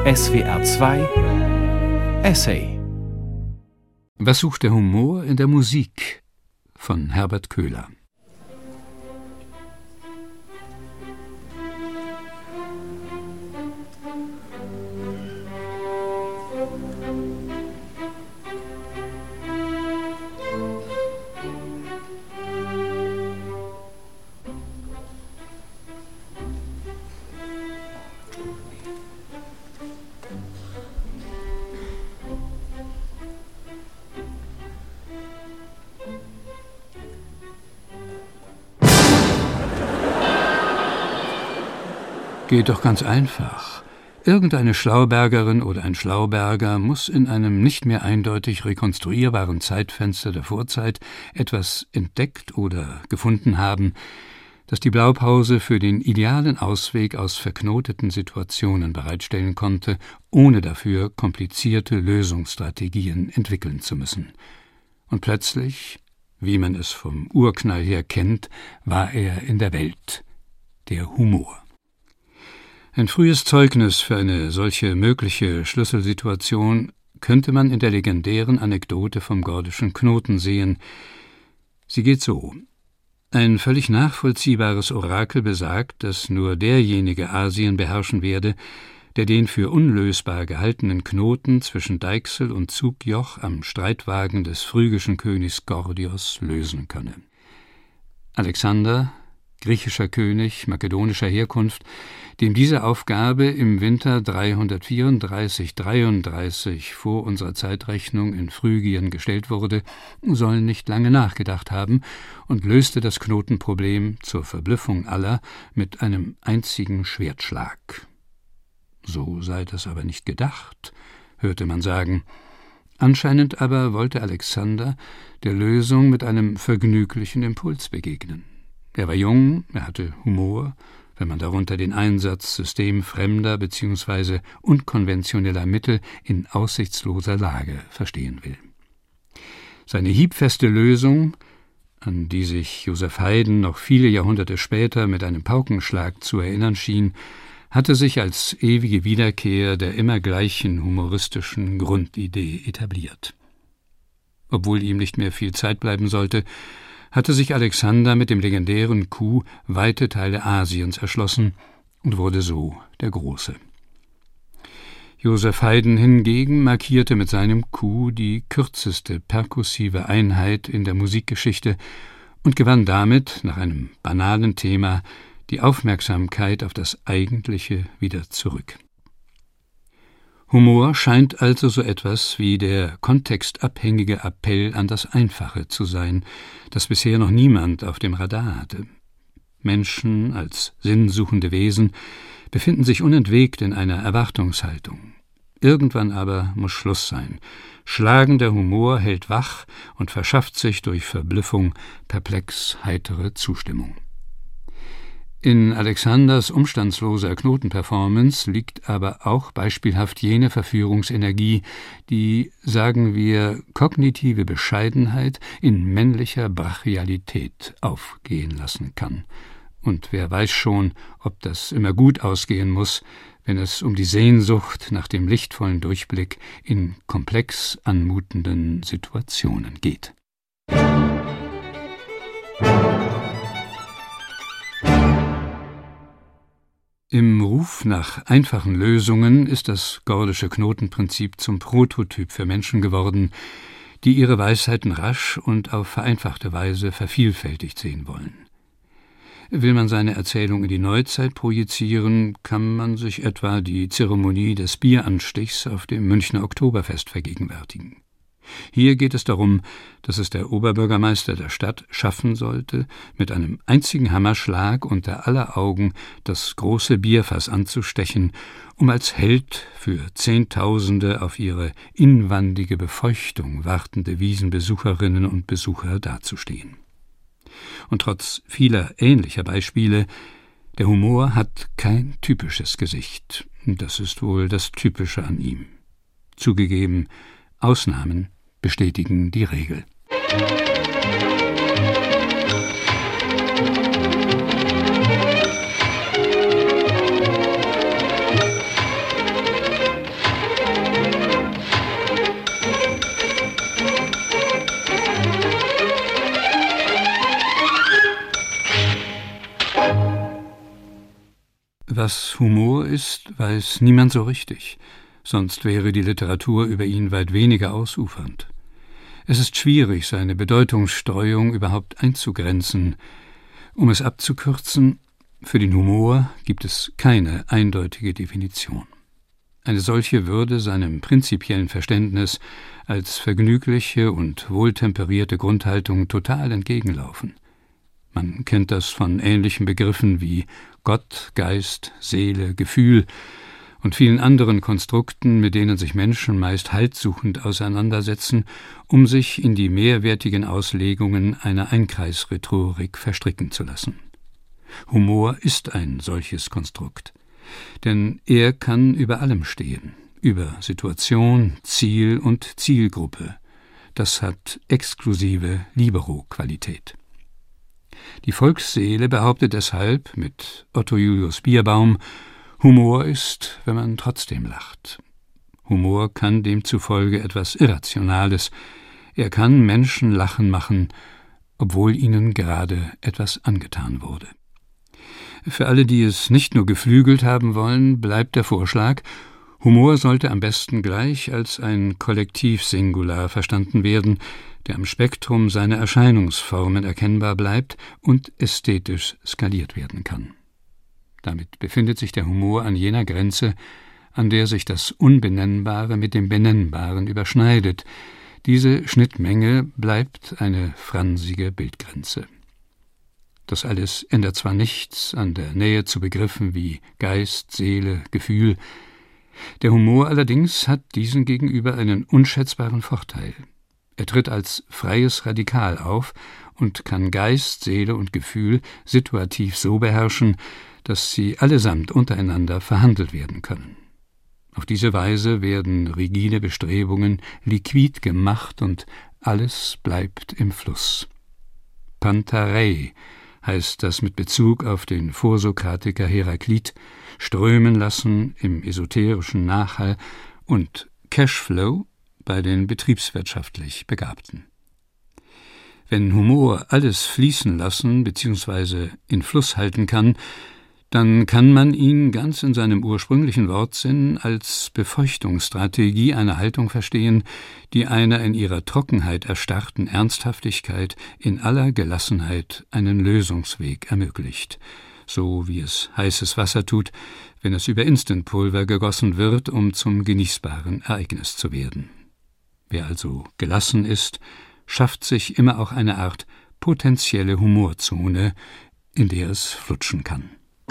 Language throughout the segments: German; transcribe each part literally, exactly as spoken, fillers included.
S W R zwei Essay. Was sucht der Humor in der Musik? Von Herbert Köhler. Geht doch ganz einfach. Irgendeine Schlaubergerin oder ein Schlauberger muss in einem nicht mehr eindeutig rekonstruierbaren Zeitfenster der Vorzeit etwas entdeckt oder gefunden haben, das die Blaupause für den idealen Ausweg aus verknoteten Situationen bereitstellen konnte, ohne dafür komplizierte Lösungsstrategien entwickeln zu müssen. Und plötzlich, wie man es vom Urknall her kennt, war er in der Welt, der Humor. Ein frühes Zeugnis für eine solche mögliche Schlüsselsituation könnte man in der legendären Anekdote vom Gordischen Knoten sehen. Sie geht so: Ein völlig nachvollziehbares Orakel besagt, dass nur derjenige Asien beherrschen werde, der den für unlösbar gehaltenen Knoten zwischen Deichsel und Zugjoch am Streitwagen des phrygischen Königs Gordios lösen könne. Alexander, griechischer König makedonischer Herkunft, dem diese Aufgabe im Winter dreihundertvierunddreißig dreiunddreißig vor unserer Zeitrechnung in Phrygien gestellt wurde, soll nicht lange nachgedacht haben und löste das Knotenproblem zur Verblüffung aller mit einem einzigen Schwertschlag. So sei das aber nicht gedacht, hörte man sagen. Anscheinend aber wollte Alexander der Lösung mit einem vergnüglichen Impuls begegnen. Er war jung, er hatte Humor, wenn man darunter den Einsatz systemfremder bzw. unkonventioneller Mittel in aussichtsloser Lage verstehen will. Seine hiebfeste Lösung, an die sich Joseph Haydn noch viele Jahrhunderte später mit einem Paukenschlag zu erinnern schien, hatte sich als ewige Wiederkehr der immer gleichen humoristischen Grundidee etabliert. Obwohl ihm nicht mehr viel Zeit bleiben sollte, hatte sich Alexander mit dem legendären Coup weite Teile Asiens erschlossen und wurde so der Große. Joseph Haydn hingegen markierte mit seinem Coup die kürzeste perkussive Einheit in der Musikgeschichte und gewann damit, nach einem banalen Thema, die Aufmerksamkeit auf das Eigentliche wieder zurück. Humor scheint also so etwas wie der kontextabhängige Appell an das Einfache zu sein, das bisher noch niemand auf dem Radar hatte. Menschen als sinnsuchende Wesen befinden sich unentwegt in einer Erwartungshaltung. Irgendwann aber muss Schluss sein. Schlagender Humor hält wach und verschafft sich durch Verblüffung perplex heitere Zustimmung. In Alexanders umstandsloser Knotenperformance liegt aber auch beispielhaft jene Verführungsenergie, die, sagen wir, kognitive Bescheidenheit in männlicher Brachialität aufgehen lassen kann. Und wer weiß schon, ob das immer gut ausgehen muss, wenn es um die Sehnsucht nach dem lichtvollen Durchblick in komplex anmutenden Situationen geht. Im Ruf nach einfachen Lösungen ist das Gordische Knotenprinzip zum Prototyp für Menschen geworden, die ihre Weisheiten rasch und auf vereinfachte Weise vervielfältigt sehen wollen. Will man seine Erzählung in die Neuzeit projizieren, kann man sich etwa die Zeremonie des Bieranstichs auf dem Münchner Oktoberfest vergegenwärtigen. Hier geht es darum, dass es der Oberbürgermeister der Stadt schaffen sollte, mit einem einzigen Hammerschlag unter aller Augen das große Bierfass anzustechen, um als Held für Zehntausende auf ihre inwandige Befeuchtung wartende Wiesenbesucherinnen und Besucher dazustehen. Und trotz vieler ähnlicher Beispiele, der Humor hat kein typisches Gesicht. Das ist wohl das Typische an ihm. Zugegeben, Ausnahmen bestätigen die Regel. Was Humor ist, weiß niemand so richtig, sonst wäre die Literatur über ihn weit weniger ausufernd. Es ist schwierig, seine Bedeutungsstreuung überhaupt einzugrenzen. Um es abzukürzen, für den Humor gibt es keine eindeutige Definition. Eine solche würde seinem prinzipiellen Verständnis als vergnügliche und wohltemperierte Grundhaltung total entgegenlaufen. Man kennt das von ähnlichen Begriffen wie Gott, Geist, Seele, Gefühl und vielen anderen Konstrukten, mit denen sich Menschen meist haltsuchend auseinandersetzen, um sich in die mehrwertigen Auslegungen einer Einkreisrhetorik verstricken zu lassen. Humor ist ein solches Konstrukt, denn er kann über allem stehen, über Situation, Ziel und Zielgruppe. Das hat exklusive Libero-Qualität. Die Volksseele behauptet deshalb mit Otto Julius Bierbaum, Humor ist, wenn man trotzdem lacht. Humor kann demzufolge etwas Irrationales. Er kann Menschen lachen machen, obwohl ihnen gerade etwas angetan wurde. Für alle, die es nicht nur geflügelt haben wollen, bleibt der Vorschlag, Humor sollte am besten gleich als ein Kollektivsingular verstanden werden, der am Spektrum seiner Erscheinungsformen erkennbar bleibt und ästhetisch skaliert werden kann. Damit befindet sich der Humor an jener Grenze, an der sich das Unbenennbare mit dem Benennbaren überschneidet. Diese Schnittmenge bleibt eine fransige Bildgrenze. Das alles ändert zwar nichts an der Nähe zu Begriffen wie Geist, Seele, Gefühl. Der Humor allerdings hat diesen gegenüber einen unschätzbaren Vorteil. Er tritt als freies Radikal auf und kann Geist, Seele und Gefühl situativ so beherrschen, dass sie allesamt untereinander verhandelt werden können. Auf diese Weise werden rigide Bestrebungen liquid gemacht und alles bleibt im Fluss. Pantarei heißt das mit Bezug auf den Vorsokratiker Heraklit, strömen lassen im esoterischen Nachhall und Cashflow bei den betriebswirtschaftlich Begabten. Wenn Humor alles fließen lassen bzw. in Fluss halten kann, dann kann man ihn ganz in seinem ursprünglichen Wortsinn als Befeuchtungsstrategie einer Haltung verstehen, die einer in ihrer Trockenheit erstarrten Ernsthaftigkeit in aller Gelassenheit einen Lösungsweg ermöglicht, so wie es heißes Wasser tut, wenn es über Instantpulver gegossen wird, um zum genießbaren Ereignis zu werden. Wer also gelassen ist, schafft sich immer auch eine Art potenzielle Humorzone, in der es flutschen kann.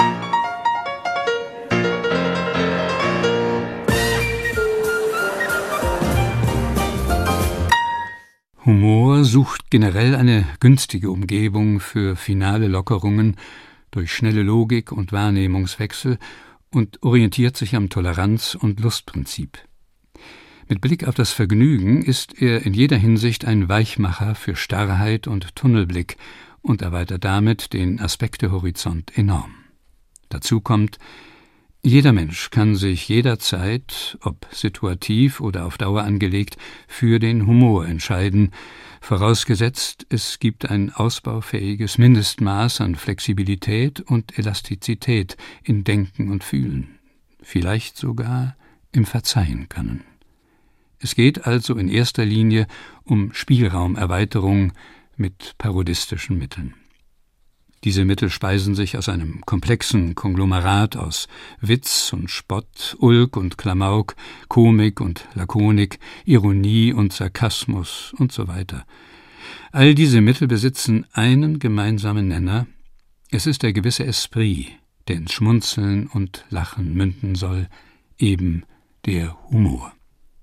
Humor sucht generell eine günstige Umgebung für finale Lockerungen durch schnelle Logik und Wahrnehmungswechsel und orientiert sich am Toleranz- und Lustprinzip. Mit Blick auf das Vergnügen ist er in jeder Hinsicht ein Weichmacher für Starrheit und Tunnelblick und erweitert damit den Aspektehorizont enorm. Dazu kommt, jeder Mensch kann sich jederzeit, ob situativ oder auf Dauer angelegt, für den Humor entscheiden, vorausgesetzt, es gibt ein ausbaufähiges Mindestmaß an Flexibilität und Elastizität in Denken und Fühlen, vielleicht sogar im Verzeihen können. Es geht also in erster Linie um Spielraumerweiterung mit parodistischen Mitteln. Diese Mittel speisen sich aus einem komplexen Konglomerat aus Witz und Spott, Ulk und Klamauk, Komik und Lakonik, Ironie und Sarkasmus und so weiter. All diese Mittel besitzen einen gemeinsamen Nenner. Es ist der gewisse Esprit, der ins Schmunzeln und Lachen münden soll, eben der Humor.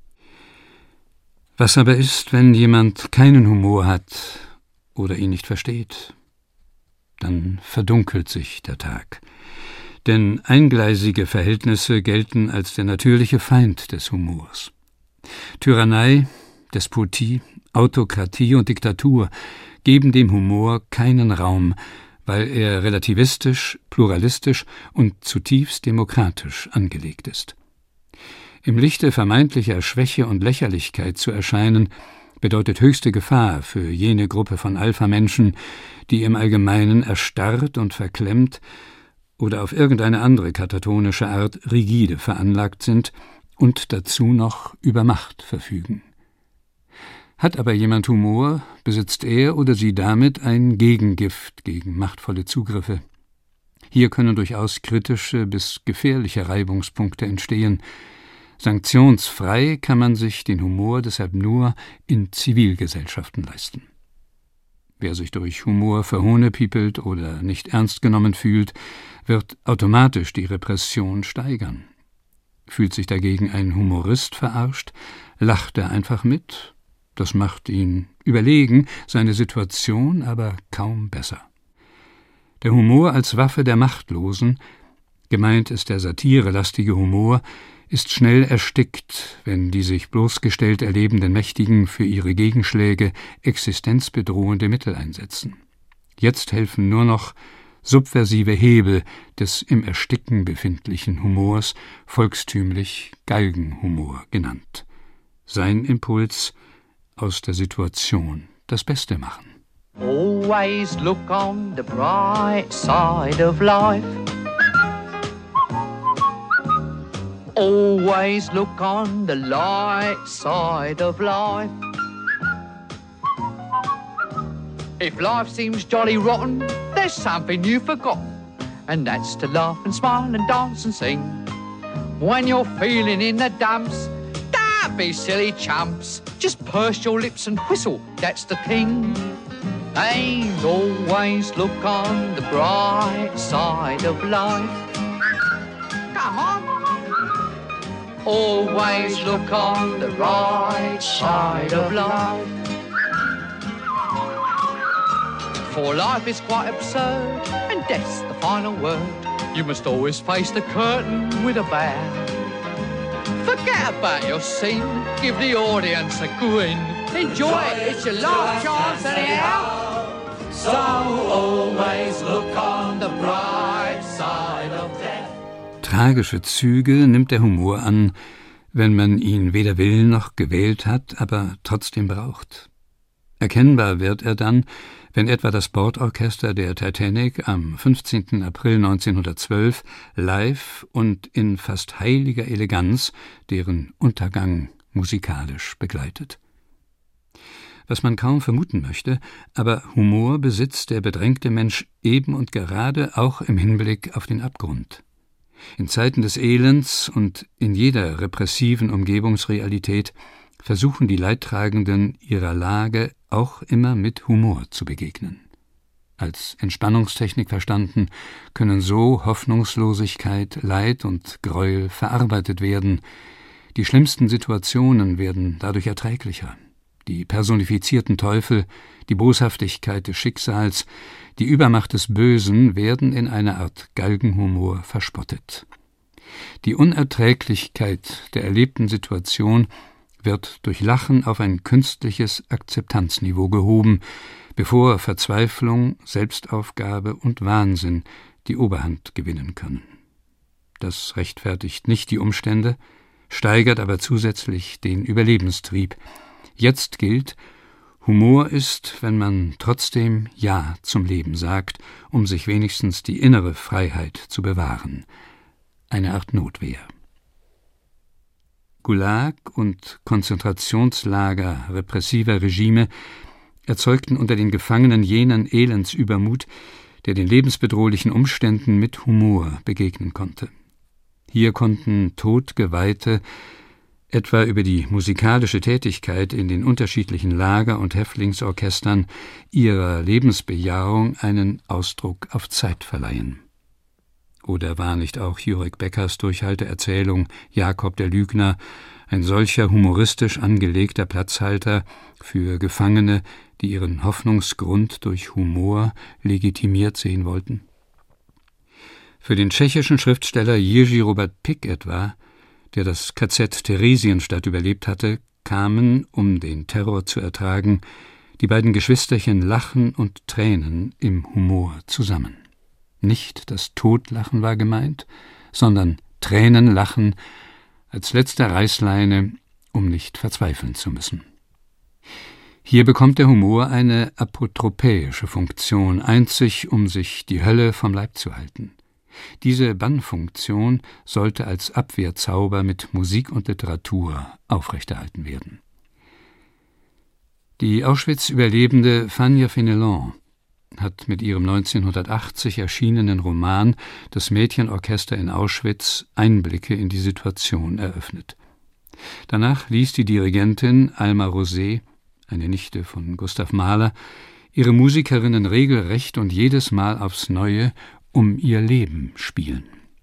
Was aber ist, wenn jemand keinen Humor hat oder ihn nicht versteht? Dann verdunkelt sich der Tag. Denn eingleisige Verhältnisse gelten als der natürliche Feind des Humors. Tyrannei, Despotie, Autokratie und Diktatur geben dem Humor keinen Raum, weil er relativistisch, pluralistisch und zutiefst demokratisch angelegt ist. Im Lichte vermeintlicher Schwäche und Lächerlichkeit zu erscheinen, bedeutet höchste Gefahr für jene Gruppe von Alpha-Menschen, die im Allgemeinen erstarrt und verklemmt oder auf irgendeine andere katatonische Art rigide veranlagt sind und dazu noch über Macht verfügen. Hat aber jemand Humor, besitzt er oder sie damit ein Gegengift gegen machtvolle Zugriffe. Hier können durchaus kritische bis gefährliche Reibungspunkte entstehen. Sanktionsfrei kann man sich den Humor deshalb nur in Zivilgesellschaften leisten. Wer sich durch Humor verhohnepiepelt oder nicht ernst genommen fühlt, wird automatisch die Repression steigern. Fühlt sich dagegen ein Humorist verarscht, lacht er einfach mit. Das macht ihn überlegen, seine Situation aber kaum besser. Der Humor als Waffe der Machtlosen, gemeint ist der satirelastige Humor, ist schnell erstickt, wenn die sich bloßgestellt erlebenden Mächtigen für ihre Gegenschläge existenzbedrohende Mittel einsetzen. Jetzt helfen nur noch subversive Hebel des im Ersticken befindlichen Humors, volkstümlich Galgenhumor genannt. Sein Impuls: aus der Situation das Beste machen. Always look on the bright side of life. Always look on the light side of life. If life seems jolly rotten, there's something you've forgotten, and that's to laugh and smile and dance and sing. When you're feeling in the dumps, don't be silly chumps. Just purse your lips and whistle, that's the thing. And always look on the bright side of life. Come on. Always look on the right side of life. For life is quite absurd, and death's the final word. You must always face the curtain with a bow. Forget about your scene, give the audience a grin. Enjoy it, it's your last chance anyhow. So always look on the bright side of death. Tragische Züge nimmt der Humor an, wenn man ihn weder will noch gewählt hat, aber trotzdem braucht. Erkennbar wird er dann, wenn etwa das Bordorchester der Titanic am fünfzehnten April neunzehnhundertzwölf live und in fast heiliger Eleganz deren Untergang musikalisch begleitet. Was man kaum vermuten möchte, aber Humor besitzt der bedrängte Mensch eben und gerade auch im Hinblick auf den Abgrund. In Zeiten des Elends und in jeder repressiven Umgebungsrealität versuchen die Leidtragenden ihrer Lage auch immer mit Humor zu begegnen. Als Entspannungstechnik verstanden, können so Hoffnungslosigkeit, Leid und Gräuel verarbeitet werden. Die schlimmsten Situationen werden dadurch erträglicher. Die personifizierten Teufel, die Boshaftigkeit des Schicksals, die Übermacht des Bösen werden in einer Art Galgenhumor verspottet. Die Unerträglichkeit der erlebten Situation wird durch Lachen auf ein künstliches Akzeptanzniveau gehoben, bevor Verzweiflung, Selbstaufgabe und Wahnsinn die Oberhand gewinnen können. Das rechtfertigt nicht die Umstände, steigert aber zusätzlich den Überlebenstrieb. Jetzt gilt, Humor ist, wenn man trotzdem Ja zum Leben sagt, um sich wenigstens die innere Freiheit zu bewahren. Eine Art Notwehr. Gulag und Konzentrationslager repressiver Regime erzeugten unter den Gefangenen jenen Elendsübermut, der den lebensbedrohlichen Umständen mit Humor begegnen konnte. Hier konnten Todgeweihte etwa über die musikalische Tätigkeit in den unterschiedlichen Lager- und Häftlingsorchestern ihrer Lebensbejahung einen Ausdruck auf Zeit verleihen. Oder war nicht auch Jurek Beckers Durchhalteerzählung Jakob der Lügner ein solcher humoristisch angelegter Platzhalter für Gefangene, die ihren Hoffnungsgrund durch Humor legitimiert sehen wollten? Für den tschechischen Schriftsteller Jiří Robert Pik etwa, der das K Z Theresienstadt überlebt hatte, kamen, um den Terror zu ertragen, die beiden Geschwisterchen Lachen und Tränen im Humor zusammen. Nicht das Todlachen war gemeint, sondern Tränenlachen als letzte Reißleine, um nicht verzweifeln zu müssen. Hier bekommt der Humor eine apotropäische Funktion, einzig um sich die Hölle vom Leib zu halten. Diese Bannfunktion sollte als Abwehrzauber mit Musik und Literatur aufrechterhalten werden. Die Auschwitz-Überlebende Fania Fénelon hat mit ihrem neunzehnhundertachtzig erschienenen Roman »Das Mädchenorchester in Auschwitz« Einblicke in die Situation eröffnet. Danach ließ die Dirigentin Alma Rosé, eine Nichte von Gustav Mahler, ihre Musikerinnen regelrecht und jedes Mal aufs Neue um ihr Leben spielen.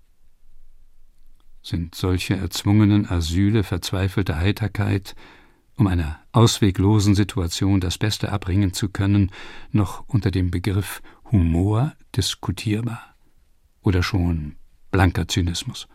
Sind solche erzwungenen Asyle verzweifelte Heiterkeit, um einer ausweglosen Situation das Beste abringen zu können, noch unter dem Begriff Humor diskutierbar oder schon blanker Zynismus?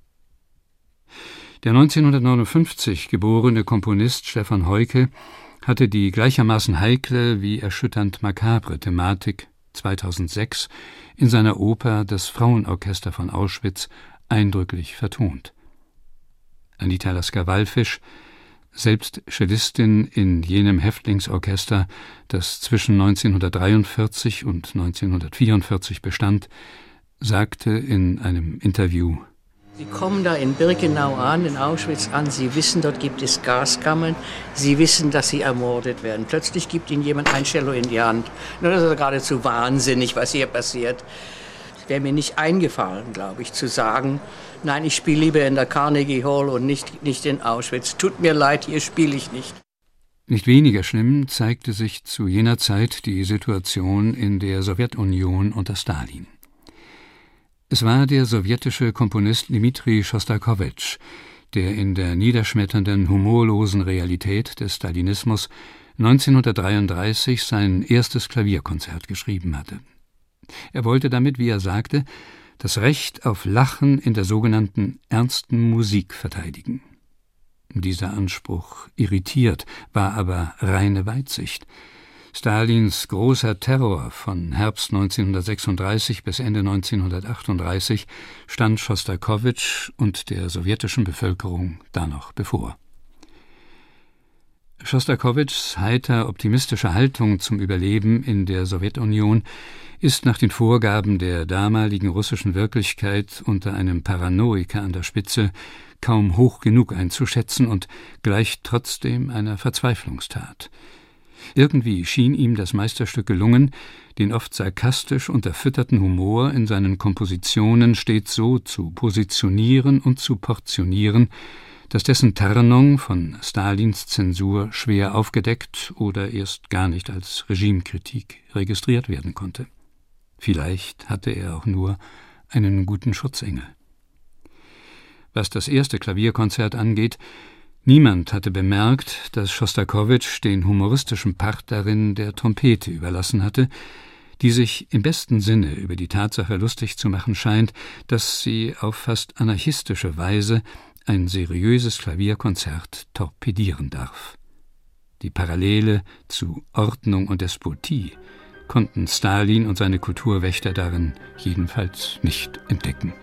Der neunzehnhundertneunundfünfzig geborene Komponist Stefan Heuke hatte die gleichermaßen heikle wie erschütternd makabre Thematik zweitausendsechs in seiner Oper »Das Frauenorchester von Auschwitz« eindrücklich vertont. Anita Lasker-Wallfisch, selbst Cellistin in jenem Häftlingsorchester, das zwischen neunzehnhundertdreiundvierzig und neunzehnhundertvierundvierzig bestand, sagte in einem Interview: Sie kommen da in Birkenau an, in Auschwitz an, Sie wissen, dort gibt es Gaskammern, Sie wissen, dass Sie ermordet werden. Plötzlich gibt Ihnen jemand ein Cello in die Hand. Das ist geradezu wahnsinnig, was hier passiert. Es wäre mir nicht eingefallen, glaube ich, zu sagen, nein, ich spiele lieber in der Carnegie Hall und nicht, nicht in Auschwitz. Tut mir leid, hier spiele ich nicht. Nicht weniger schlimm zeigte sich zu jener Zeit die Situation in der Sowjetunion unter Stalin. Es war der sowjetische Komponist Dmitri Schostakowitsch, der in der niederschmetternden, humorlosen Realität des Stalinismus neunzehnhundertdreiunddreißig sein erstes Klavierkonzert geschrieben hatte. Er wollte damit, wie er sagte, das Recht auf Lachen in der sogenannten ernsten Musik verteidigen. Dieser Anspruch irritiert, war aber reine Weitsicht. Stalins großer Terror von Herbst neunzehnhundertsechsunddreißig bis Ende neunzehnhundertachtunddreißig stand Schostakowitsch und der sowjetischen Bevölkerung da noch bevor. Schostakowitschs heiter optimistische Haltung zum Überleben in der Sowjetunion ist nach den Vorgaben der damaligen russischen Wirklichkeit unter einem Paranoiker an der Spitze kaum hoch genug einzuschätzen und gleicht trotzdem einer Verzweiflungstat. Irgendwie schien ihm das Meisterstück gelungen, den oft sarkastisch unterfütterten Humor in seinen Kompositionen stets so zu positionieren und zu portionieren, dass dessen Tarnung von Stalins Zensur schwer aufgedeckt oder erst gar nicht als Regimekritik registriert werden konnte. Vielleicht hatte er auch nur einen guten Schutzengel. Was das erste Klavierkonzert angeht, niemand hatte bemerkt, dass Schostakowitsch den humoristischen Part darin der Trompete überlassen hatte, die sich im besten Sinne über die Tatsache lustig zu machen scheint, dass sie auf fast anarchistische Weise ein seriöses Klavierkonzert torpedieren darf. Die Parallele zu Ordnung und Despotie konnten Stalin und seine Kulturwächter darin jedenfalls nicht entdecken.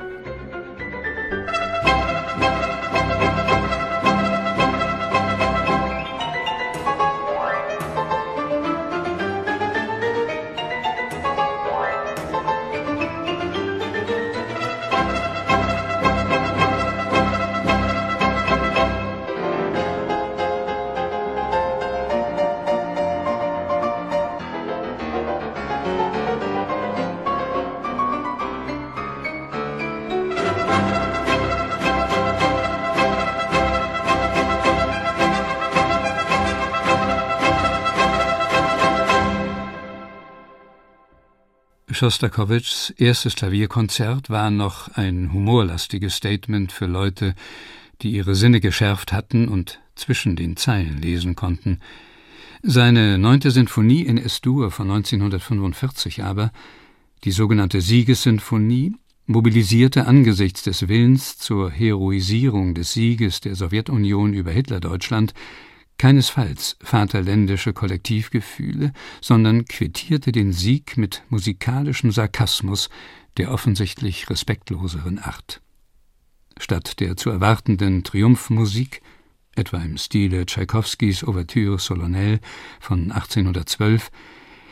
Schostakowitschs erstes Klavierkonzert war noch ein humorlastiges Statement für Leute, die ihre Sinne geschärft hatten und zwischen den Zeilen lesen konnten. Seine neunte Sinfonie in Es-Dur von neunzehnhundertfünfundvierzig aber, die sogenannte Siegessinfonie, mobilisierte angesichts des Willens zur Heroisierung des Sieges der Sowjetunion über Hitlerdeutschland keinesfalls vaterländische Kollektivgefühle, sondern quittierte den Sieg mit musikalischem Sarkasmus der offensichtlich respektloseren Art. Statt der zu erwartenden Triumphmusik, etwa im Stile Tschaikowskis Ouverture solennelle von achtzehnhundertzwölf,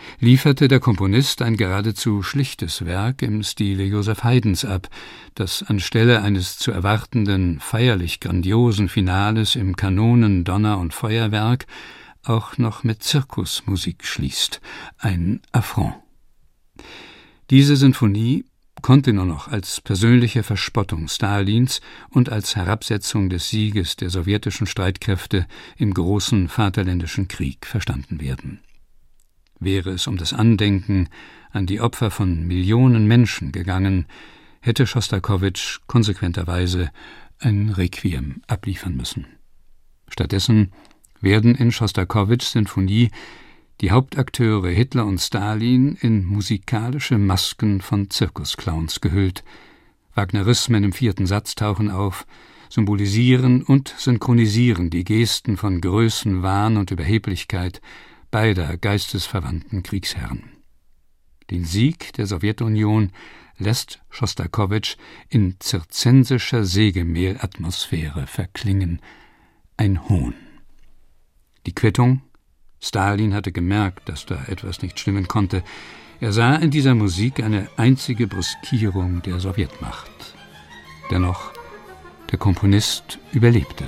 lieferte der Komponist ein geradezu schlichtes Werk im Stile Joseph Haydns ab, das anstelle eines zu erwartenden feierlich grandiosen Finales im Kanonen-, Donner- und Feuerwerk auch noch mit Zirkusmusik schließt, ein Affront. Diese Sinfonie konnte nur noch als persönliche Verspottung Stalins und als Herabsetzung des Sieges der sowjetischen Streitkräfte im großen Vaterländischen Krieg verstanden werden. Wäre es um das Andenken an die Opfer von Millionen Menschen gegangen, hätte Schostakowitsch konsequenterweise ein Requiem abliefern müssen. Stattdessen werden in Schostakowitschs Sinfonie die Hauptakteure Hitler und Stalin in musikalische Masken von Zirkusclowns gehüllt. Wagnerismen im vierten Satz tauchen auf, symbolisieren und synchronisieren die Gesten von Größenwahn und Überheblichkeit beider geistesverwandten Kriegsherren. Den Sieg der Sowjetunion lässt Schostakowitsch in zirzensischer Sägemehlatmosphäre verklingen. Ein Hohn. Die Quittung: Stalin hatte gemerkt, dass da etwas nicht stimmen konnte. Er sah in dieser Musik eine einzige Brüskierung der Sowjetmacht. Dennoch, der Komponist überlebte.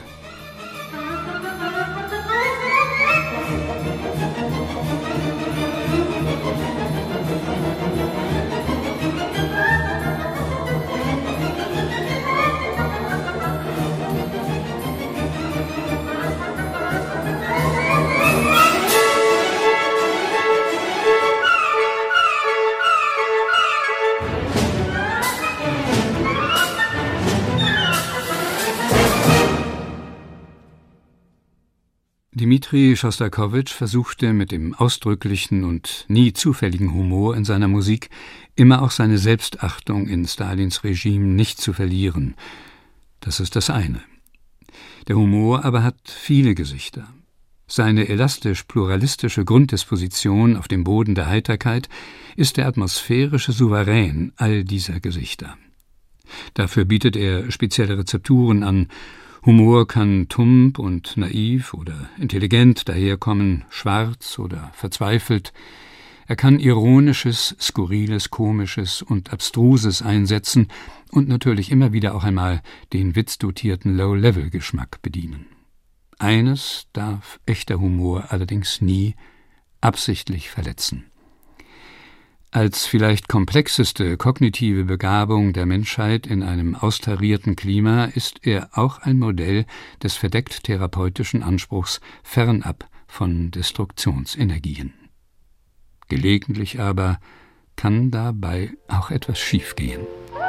Dmitri Schostakowitsch versuchte mit dem ausdrücklichen und nie zufälligen Humor in seiner Musik immer auch seine Selbstachtung in Stalins Regime nicht zu verlieren. Das ist das eine. Der Humor aber hat viele Gesichter. Seine elastisch-pluralistische Grunddisposition auf dem Boden der Heiterkeit ist der atmosphärische Souverän all dieser Gesichter. Dafür bietet er spezielle Rezepturen an. Humor kann tump und naiv oder intelligent daherkommen, schwarz oder verzweifelt. Er kann Ironisches, Skurriles, Komisches und Abstruses einsetzen und natürlich immer wieder auch einmal den witzdotierten Low-Level-Geschmack bedienen. Eines darf echter Humor allerdings nie: absichtlich verletzen. Als vielleicht komplexeste kognitive Begabung der Menschheit in einem austarierten Klima ist er auch ein Modell des verdeckt therapeutischen Anspruchs fernab von Destruktionsenergien. Gelegentlich aber kann dabei auch etwas schiefgehen.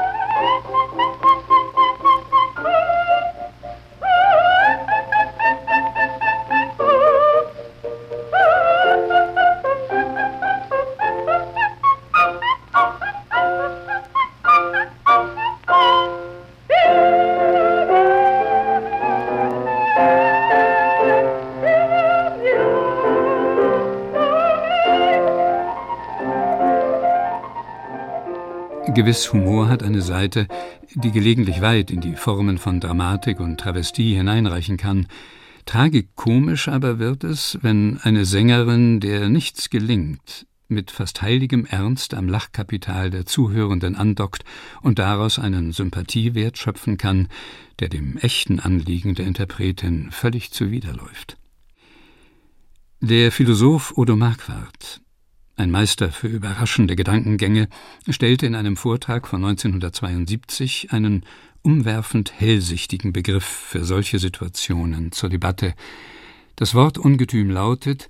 Gewiss, Humor hat eine Seite, die gelegentlich weit in die Formen von Dramatik und Travestie hineinreichen kann. Tragikomisch aber wird es, wenn eine Sängerin, der nichts gelingt, mit fast heiligem Ernst am Lachkapital der Zuhörenden andockt und daraus einen Sympathiewert schöpfen kann, der dem echten Anliegen der Interpretin völlig zuwiderläuft. Der Philosoph Odo Marquardt, ein Meister für überraschende Gedankengänge, stellte in einem Vortrag von neunzehnhundertzweiundsiebzig einen umwerfend hellsichtigen Begriff für solche Situationen zur Debatte. Das Wortungetüm lautet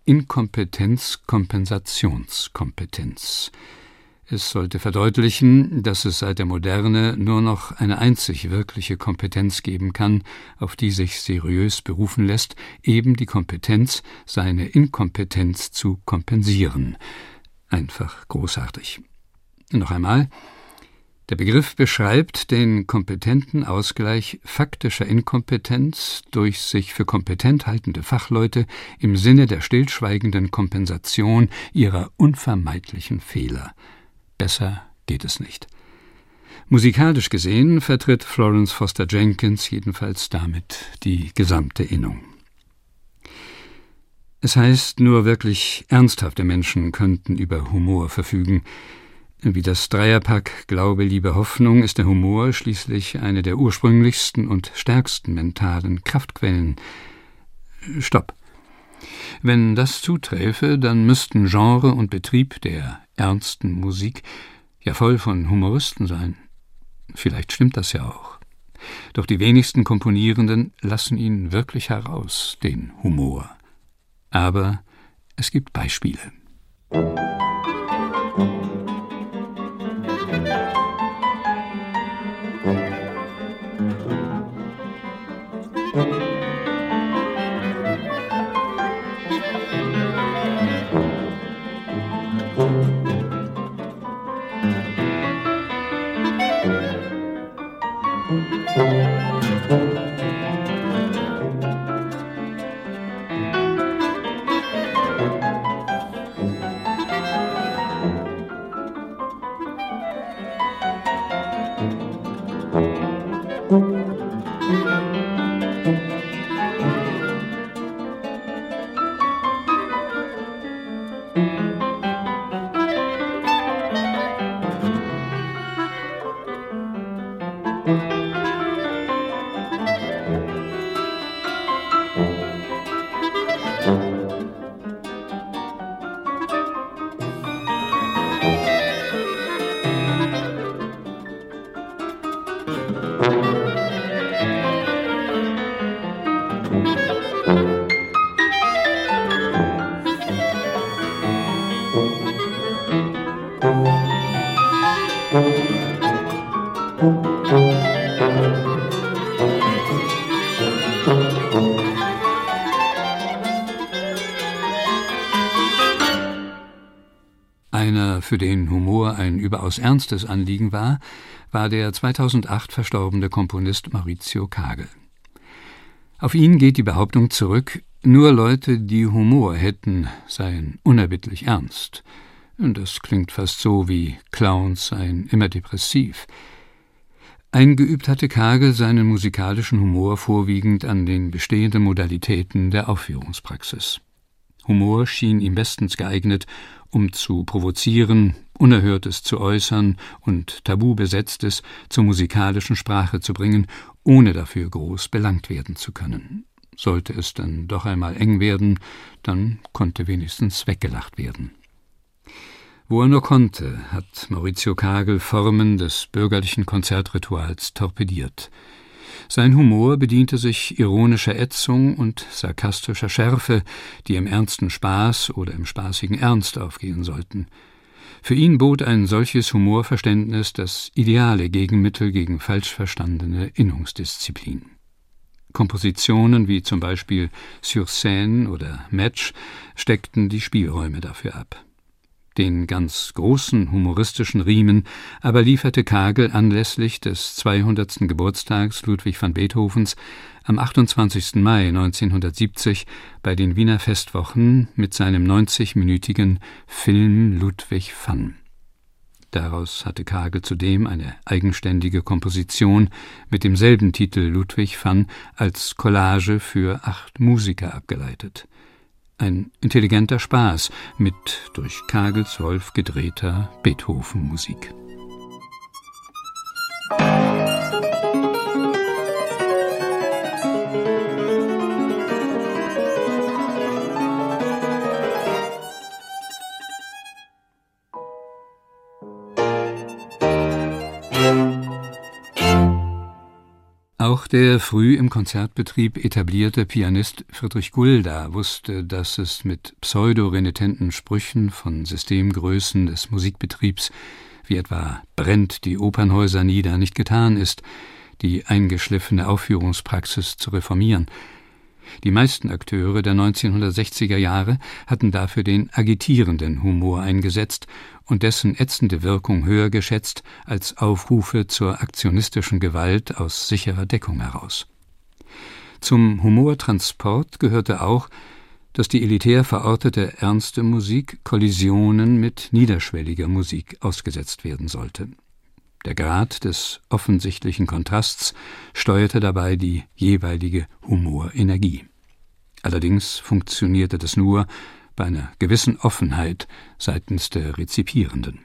Inkompetenz-Kompensationskompetenz. Es sollte verdeutlichen, dass es seit der Moderne nur noch eine einzig wirkliche Kompetenz geben kann, auf die sich seriös berufen lässt, eben die Kompetenz, seine Inkompetenz zu kompensieren. Einfach großartig. Noch einmal: Der Begriff beschreibt den kompetenten Ausgleich faktischer Inkompetenz durch sich für kompetent haltende Fachleute im Sinne der stillschweigenden Kompensation ihrer unvermeidlichen Fehler. Besser geht es nicht. Musikalisch gesehen vertritt Florence Foster Jenkins jedenfalls damit die gesamte Innung. Es heißt, nur wirklich ernsthafte Menschen könnten über Humor verfügen. Wie das Dreierpack Glaube, Liebe, Hoffnung ist der Humor schließlich eine der ursprünglichsten und stärksten mentalen Kraftquellen. Stopp. Wenn das zuträfe, dann müssten Genre und Betrieb der ernsten Musik ja voll von Humoristen sein. Vielleicht stimmt das ja auch. Doch die wenigsten Komponierenden lassen ihn wirklich heraus, den Humor. Aber es gibt Beispiele. Einer, für den Humor ein überaus ernstes Anliegen war, war der zweitausendacht verstorbene Komponist Maurizio Kagel. Auf ihn geht die Behauptung zurück, nur Leute, die Humor hätten, seien unerbittlich ernst. Und das klingt fast so wie Clowns seien immer depressiv. Eingeübt hatte Kagel seinen musikalischen Humor vorwiegend an den bestehenden Modalitäten der Aufführungspraxis. Humor schien ihm bestens geeignet, um zu provozieren, Unerhörtes zu äußern und Tabubesetztes zur musikalischen Sprache zu bringen, ohne dafür groß belangt werden zu können. Sollte es dann doch einmal eng werden, dann konnte wenigstens weggelacht werden. Wo er nur konnte, hat Maurizio Kagel Formen des bürgerlichen Konzertrituals torpediert. Sein Humor bediente sich ironischer Ätzung und sarkastischer Schärfe, die im ernsten Spaß oder im spaßigen Ernst aufgehen sollten. Für ihn bot ein solches Humorverständnis das ideale Gegenmittel gegen falsch verstandene Innungsdisziplin. Kompositionen wie zum Beispiel Sur Scène oder Match steckten die Spielräume dafür ab. Den ganz großen humoristischen Riemen aber lieferte Kagel anlässlich des zweihundertsten Geburtstags Ludwig van Beethovens am achtundzwanzigsten Mai neunzehnhundertsiebzig bei den Wiener Festwochen mit seinem neunzigminütigen Film Ludwig van. Daraus hatte Kagel zudem eine eigenständige Komposition mit demselben Titel Ludwig van als Collage für acht Musiker abgeleitet. Ein intelligenter Spaß mit durch Kagels Wolf gedrehter Beethoven-Musik. Auch der früh im Konzertbetrieb etablierte Pianist Friedrich Gulda wusste, dass es mit pseudorenitenten Sprüchen von Systemgrößen des Musikbetriebs, wie etwa »brennt die Opernhäuser nieder«, nicht getan ist, die eingeschliffene Aufführungspraxis zu reformieren. Die meisten Akteure der neunzehnhundertsechziger Jahre hatten dafür den agitierenden Humor eingesetzt und dessen ätzende Wirkung höher geschätzt als Aufrufe zur aktionistischen Gewalt aus sicherer Deckung heraus. Zum Humortransport gehörte auch, dass die elitär verortete ernste Musik Kollisionen mit niederschwelliger Musik ausgesetzt werden sollte. Der Grad des offensichtlichen Kontrasts steuerte dabei die jeweilige Humorenergie. Allerdings funktionierte das nur bei einer gewissen Offenheit seitens der Rezipierenden.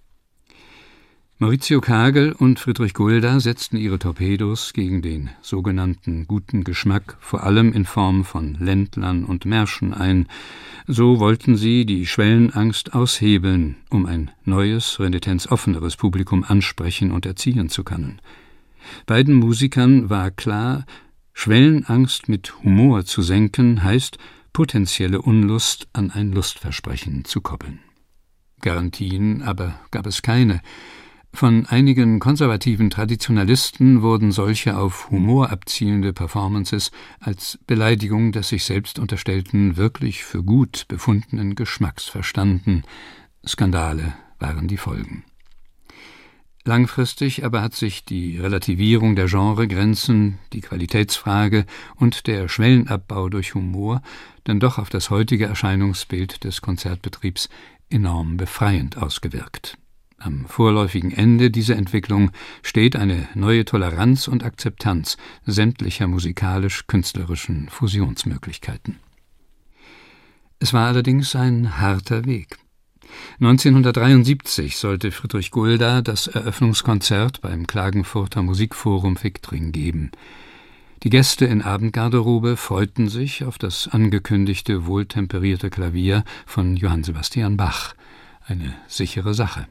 Maurizio Kagel und Friedrich Gulda setzten ihre Torpedos gegen den sogenannten guten Geschmack vor allem in Form von Ländlern und Märschen ein. So wollten sie die Schwellenangst aushebeln, um ein neues, renitenzoffeneres Publikum ansprechen und erziehen zu können. Beiden Musikern war klar, Schwellenangst mit Humor zu senken, heißt, potenzielle Unlust an ein Lustversprechen zu koppeln. Garantien aber gab es keine. Von einigen konservativen Traditionalisten wurden solche auf Humor abzielende Performances als Beleidigung des sich selbst unterstellten, wirklich für gut befundenen Geschmacks verstanden. Skandale waren die Folgen. Langfristig aber hat sich die Relativierung der Genregrenzen, die Qualitätsfrage und der Schwellenabbau durch Humor dann doch auf das heutige Erscheinungsbild des Konzertbetriebs enorm befreiend ausgewirkt. Am vorläufigen Ende dieser Entwicklung steht eine neue Toleranz und Akzeptanz sämtlicher musikalisch-künstlerischen Fusionsmöglichkeiten. Es war allerdings ein harter Weg. neunzehnhundertdreiundsiebzig sollte Friedrich Gulda das Eröffnungskonzert beim Klagenfurter Musikforum Fichtring geben. Die Gäste in Abendgarderobe freuten sich auf das angekündigte wohltemperierte Klavier von Johann Sebastian Bach. Eine sichere Sache.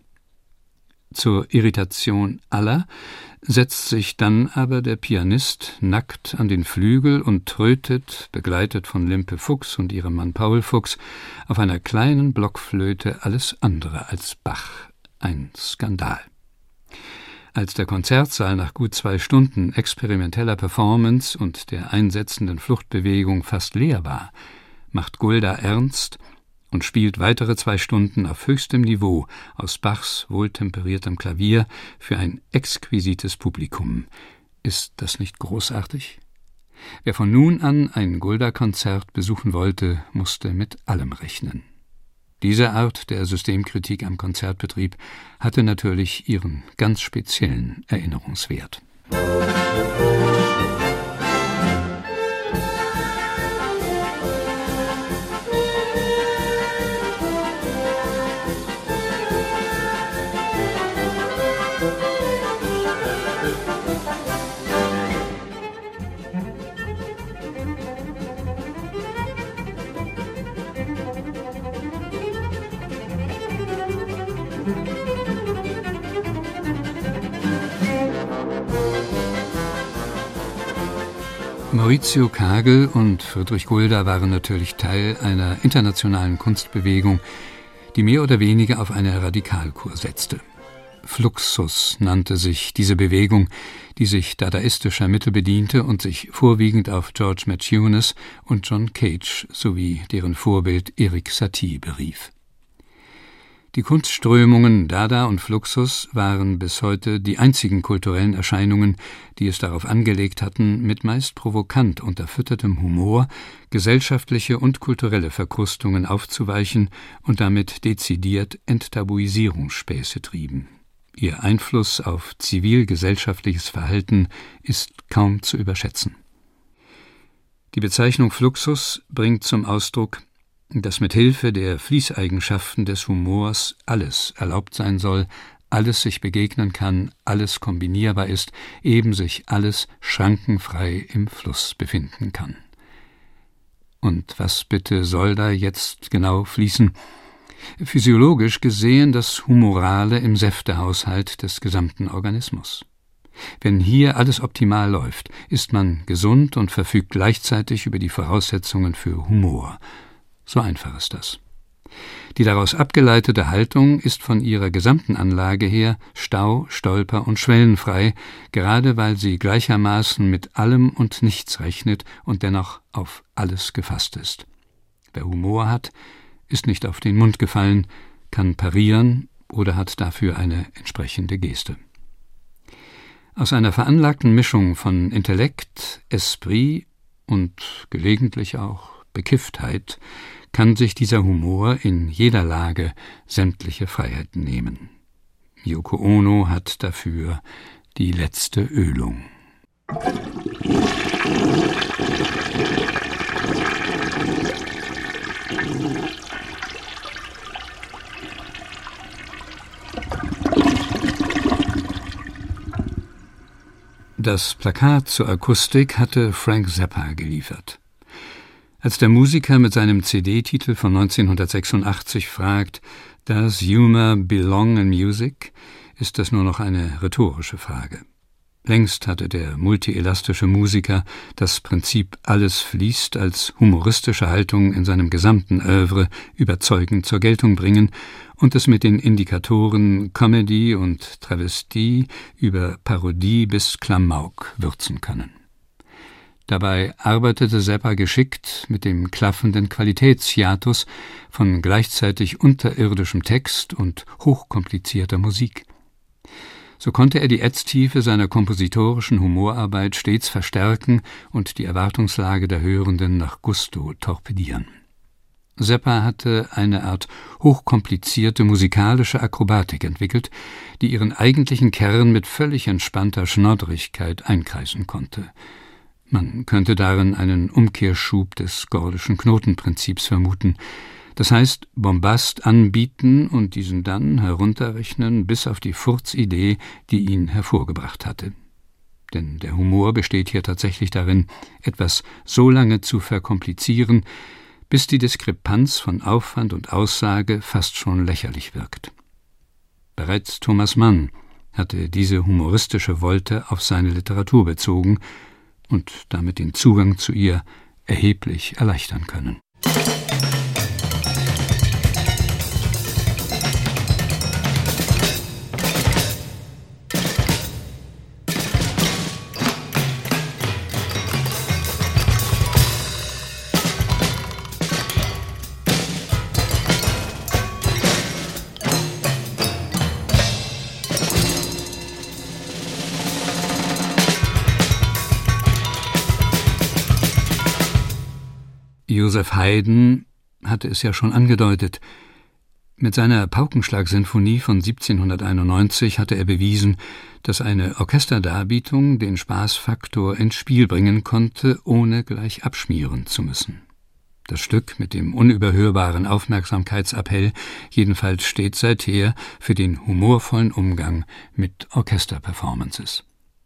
Zur Irritation aller setzt sich dann aber der Pianist nackt an den Flügel und trötet, begleitet von Limpe Fuchs und ihrem Mann Paul Fuchs, auf einer kleinen Blockflöte alles andere als Bach. Ein Skandal. Als der Konzertsaal nach gut zwei Stunden experimenteller Performance und der einsetzenden Fluchtbewegung fast leer war, macht Gulda ernst und spielt weitere zwei Stunden auf höchstem Niveau aus Bachs wohltemperiertem Klavier für ein exquisites Publikum. Ist das nicht großartig? Wer von nun an ein Gulda-Konzert besuchen wollte, musste mit allem rechnen. Diese Art der Systemkritik am Konzertbetrieb hatte natürlich ihren ganz speziellen Erinnerungswert. Maurizio Kagel und Friedrich Gulda waren natürlich Teil einer internationalen Kunstbewegung, die mehr oder weniger auf eine Radikalkur setzte. Fluxus nannte sich diese Bewegung, die sich dadaistischer Mittel bediente und sich vorwiegend auf George Matthunis und John Cage sowie deren Vorbild Erik Satie berief. Die Kunstströmungen Dada und Fluxus waren bis heute die einzigen kulturellen Erscheinungen, die es darauf angelegt hatten, mit meist provokant unterfüttertem Humor gesellschaftliche und kulturelle Verkrustungen aufzuweichen und damit dezidiert Enttabuisierungsspäße trieben. Ihr Einfluss auf zivilgesellschaftliches Verhalten ist kaum zu überschätzen. Die Bezeichnung Fluxus bringt zum Ausdruck, dass mit Hilfe der Fließeigenschaften des Humors alles erlaubt sein soll, alles sich begegnen kann, alles kombinierbar ist, eben sich alles schrankenfrei im Fluss befinden kann. Und was bitte soll da jetzt genau fließen? Physiologisch gesehen das Humorale im Säftehaushalt des gesamten Organismus. Wenn hier alles optimal läuft, ist man gesund und verfügt gleichzeitig über die Voraussetzungen für Humor. So einfach ist das. Die daraus abgeleitete Haltung ist von ihrer gesamten Anlage her stau-, stolper- und schwellenfrei, gerade weil sie gleichermaßen mit allem und nichts rechnet und dennoch auf alles gefasst ist. Wer Humor hat, ist nicht auf den Mund gefallen, kann parieren oder hat dafür eine entsprechende Geste. Aus einer veranlagten Mischung von Intellekt, Esprit und gelegentlich auch Bekifftheit kann sich dieser Humor in jeder Lage sämtliche Freiheiten nehmen. Yoko Ono hat dafür die letzte Ölung. Das Plakat zur Akustik hatte Frank Zappa geliefert. Als der Musiker mit seinem C D-Titel von neunzehnhundertsechsundachtzig fragt, »Does humor belong in music?«, ist das nur noch eine rhetorische Frage. Längst hatte der multielastische Musiker das Prinzip »alles fließt« als humoristische Haltung in seinem gesamten Œuvre überzeugend zur Geltung bringen und es mit den Indikatoren Comedy und Travestie über Parodie bis Klamauk würzen können. Dabei arbeitete Zappa geschickt mit dem klaffenden Qualitätshiatus von gleichzeitig unterirdischem Text und hochkomplizierter Musik. So konnte er die Ätztiefe seiner kompositorischen Humorarbeit stets verstärken und die Erwartungslage der Hörenden nach Gusto torpedieren. Zappa hatte eine Art hochkomplizierte musikalische Akrobatik entwickelt, die ihren eigentlichen Kern mit völlig entspannter Schnoddrigkeit einkreisen konnte. Man könnte darin einen Umkehrschub des gordischen Knotenprinzips vermuten. Das heißt, Bombast anbieten und diesen dann herunterrechnen bis auf die Furzidee, die ihn hervorgebracht hatte. Denn der Humor besteht hier tatsächlich darin, etwas so lange zu verkomplizieren, bis die Diskrepanz von Aufwand und Aussage fast schon lächerlich wirkt. Bereits Thomas Mann hatte diese humoristische Wolte auf seine Literatur bezogen und damit den Zugang zu ihr erheblich erleichtern können. Joseph Haydn hatte es ja schon angedeutet. Mit seiner Paukenschlag-Sinfonie von siebzehnhunderteinundneunzig hatte er bewiesen, dass eine Orchesterdarbietung den Spaßfaktor ins Spiel bringen konnte, ohne gleich abschmieren zu müssen. Das Stück mit dem unüberhörbaren Aufmerksamkeitsappell jedenfalls steht seither für den humorvollen Umgang mit Orchesterperformances.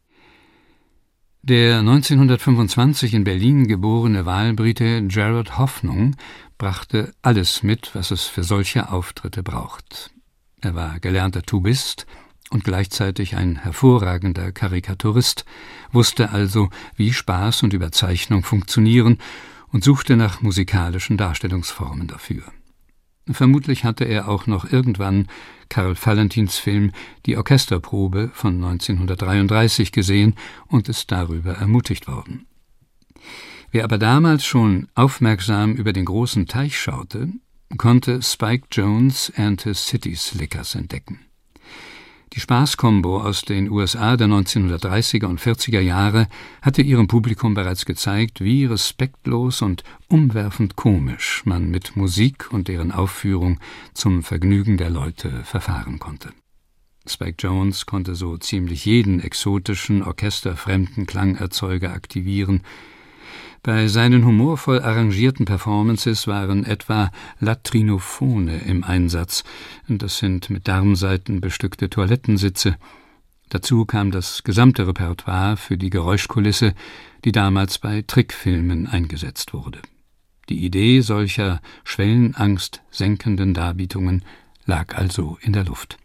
Der neunzehnhundertfünfundzwanzig in Berlin geborene Wahlbrite Gerard Hoffnung brachte alles mit, was es für solche Auftritte braucht. Er war gelernter Tubist und gleichzeitig ein hervorragender Karikaturist, wusste also, wie Spaß und Überzeichnung funktionieren und suchte nach musikalischen Darstellungsformen dafür. Vermutlich hatte er auch noch irgendwann Karl Valentins Film »Die Orchesterprobe« von neunzehnhundertdreiunddreißig gesehen und ist darüber ermutigt worden. Wer aber damals schon aufmerksam über den großen Teich schaute, konnte Spike Jones and his City Slickers entdecken. Die Spaßkombo aus den U S A der neunzehnhundertdreißiger und vierziger Jahre hatte ihrem Publikum bereits gezeigt, wie respektlos und umwerfend komisch man mit Musik und deren Aufführung zum Vergnügen der Leute verfahren konnte. Spike Jones konnte so ziemlich jeden exotischen, orchesterfremden Klangerzeuger aktivieren. Bei seinen humorvoll arrangierten Performances waren etwa Latrinophone im Einsatz, das sind mit Darmsaiten bestückte Toilettensitze. Dazu kam das gesamte Repertoire für die Geräuschkulisse, die damals bei Trickfilmen eingesetzt wurde. Die Idee solcher Schwellenangst senkenden Darbietungen lag also in der Luft.